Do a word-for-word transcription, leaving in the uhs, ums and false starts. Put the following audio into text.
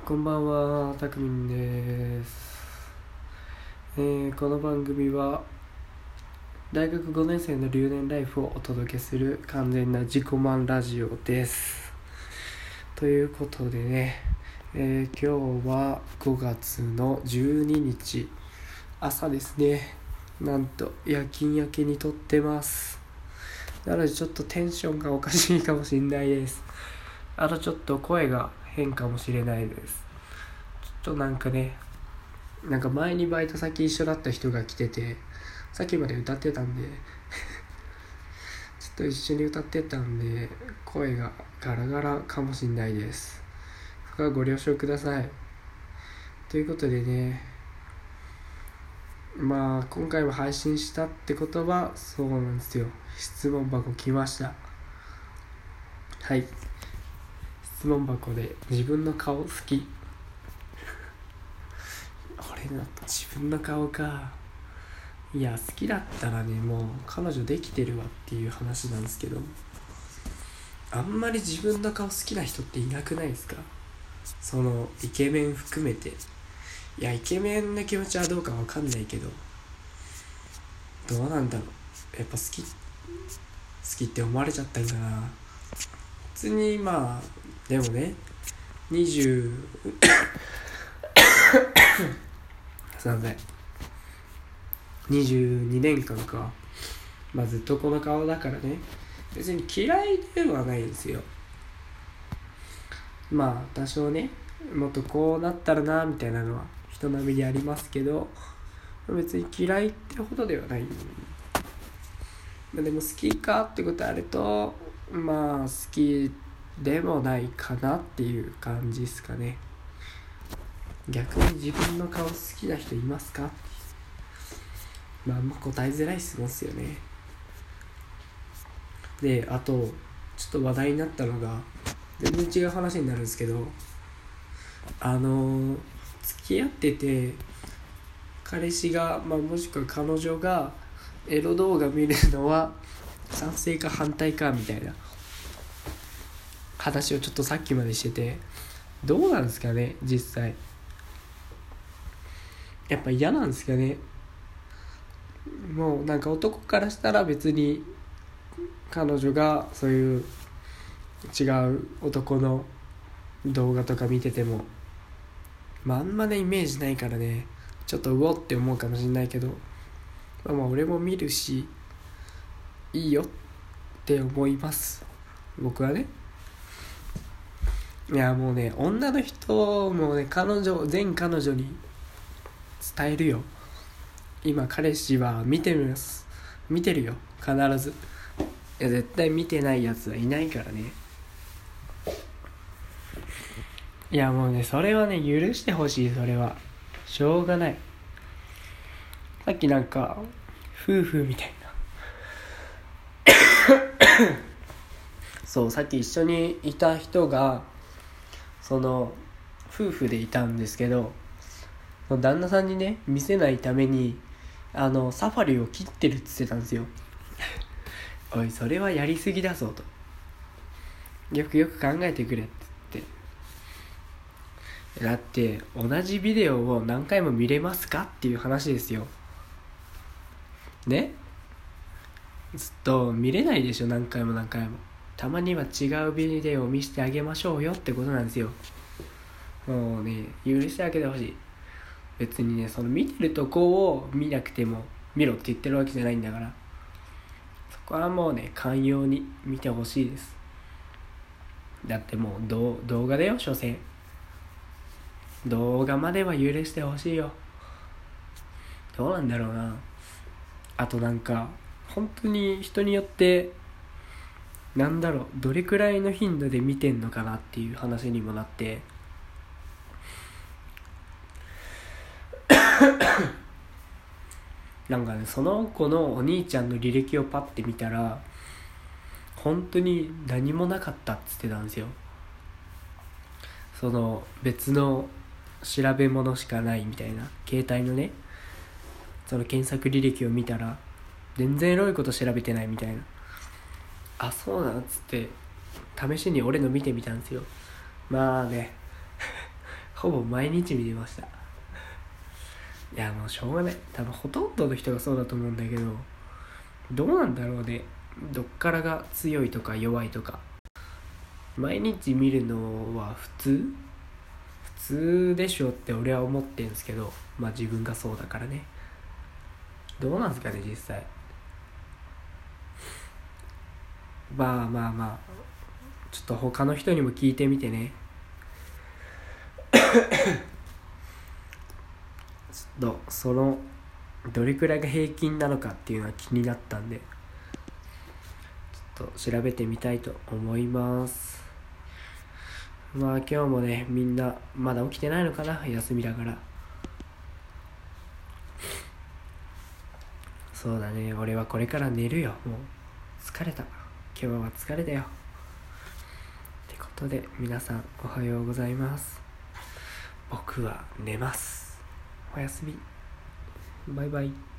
こんばんは、たくみんです、えー、この番組は大学ごねん生の留年ライフをお届けする完全な自己満ラジオです。ということでね、えー、今日はごがつのじゅうににち朝ですね。なんと夜勤明けに撮ってます。なのでちょっとテンションがおかしいかもしれないです。あとちょっと声が変かもしれないです。ちょっとなんかね、なんか前にバイト先一緒だった人が来てて、さっきまで歌ってたんでちょっと一緒に歌ってたんで声がガラガラかもしれないです。そこはご了承ください。ということでね、まあ今回も配信したってことはそうなんですよ。質問箱来ました。はい、質問箱で自分の顔好き俺だと自分の顔か。いや好きだったらね、もう彼女できてるわっていう話なんですけど、あんまり自分の顔好きな人っていなくないですか？そのイケメン含めて。いやイケメンの気持ちはどうかわかんないけど、どうなんだろう、やっぱ好き好きって思われちゃったんかな。普通にまあでもね、にじゅうすいませんにじゅうにねんかんか、まあ、ずっとこの顔だからね、別に嫌いではないんですよ。まあ多少ね、もっとこうなったらなみたいなのは人並みにありますけど、別に嫌いってほどではない。まあ、でも好きかってことあると、まあ好きでもないかなっていう感じですかね。逆に自分の顔好きな人いますか？まああんま答えづらい質問ですよね。で、あとちょっと話題になったのが全然違う話になるんですけど、あの付き合ってて彼氏が、まあ、もしくは彼女がエロ動画見るのは賛成か反対かみたいな話をちょっとさっきまでしてて、どうなんですかね実際。やっぱ嫌なんですかね。もうなんか男からしたら別に彼女がそういう違う男の動画とか見てても、まああんまねイメージないからね、ちょっとうおって思うかもしれないけど、まあまあ俺も見るしいいよって思います僕はね。いやもうね、女の人もね、彼女全彼女に伝えるよ。今彼氏は見てます見てるよ必ず。いや絶対見てないやつはいないからね。いやもうね、それはね許してほしい。それはしょうがない。さっきなんか夫婦みたいなそうさっき一緒にいた人がその夫婦でいたんですけど、その旦那さんにね見せないためにあのサファリを切ってるって言ってたんですよおいそれはやりすぎだぞと、よくよく考えてくれって言って。だって同じビデオを何回も見れますかっていう話ですよね。ずっと見れないでしょ、何回も何回も。たまには違うビデオを見せてあげましょうよってことなんですよ。もうね許してあげてほしい。別にねその見てるとこを見なくても見ろって言ってるわけじゃないんだから、そこはもうね寛容に見てほしいです。だってもう動動画だよ、所詮動画までは許してほしいよ。どうなんだろうな。あとなんか本当に人によってなんだろう、どれくらいの頻度で見てんのかなっていう話にもなってなんかね、その子のお兄ちゃんの履歴をパッて見たら本当に何もなかったっつってたんですよ。その別の調べ物しかないみたいな、携帯のねその検索履歴を見たら全然エロいこと調べてないみたいな。あそうなんっつって試しに俺の見てみたんですよ。まあねほぼ毎日見てました。いやもうしょうがない、多分ほとんどの人がそうだと思うんだけど、どうなんだろうね、どっからが強いとか弱いとか。毎日見るのは普通普通でしょって俺は思ってんすけど、まあ自分がそうだからね。どうなんすかね実際。まあまあまあちょっと他の人にも聞いてみてね。ちょっとそのどれくらいが平均なのかっていうのは気になったんで、ちょっと調べてみたいと思います。まあ今日もね、みんなまだ起きてないのかな、休みだから。そうだね、俺はこれから寝るよ。もう疲れた、今日は疲れたよってことで、皆さんおはようございます。僕は寝ます。おやすみ。バイバイ。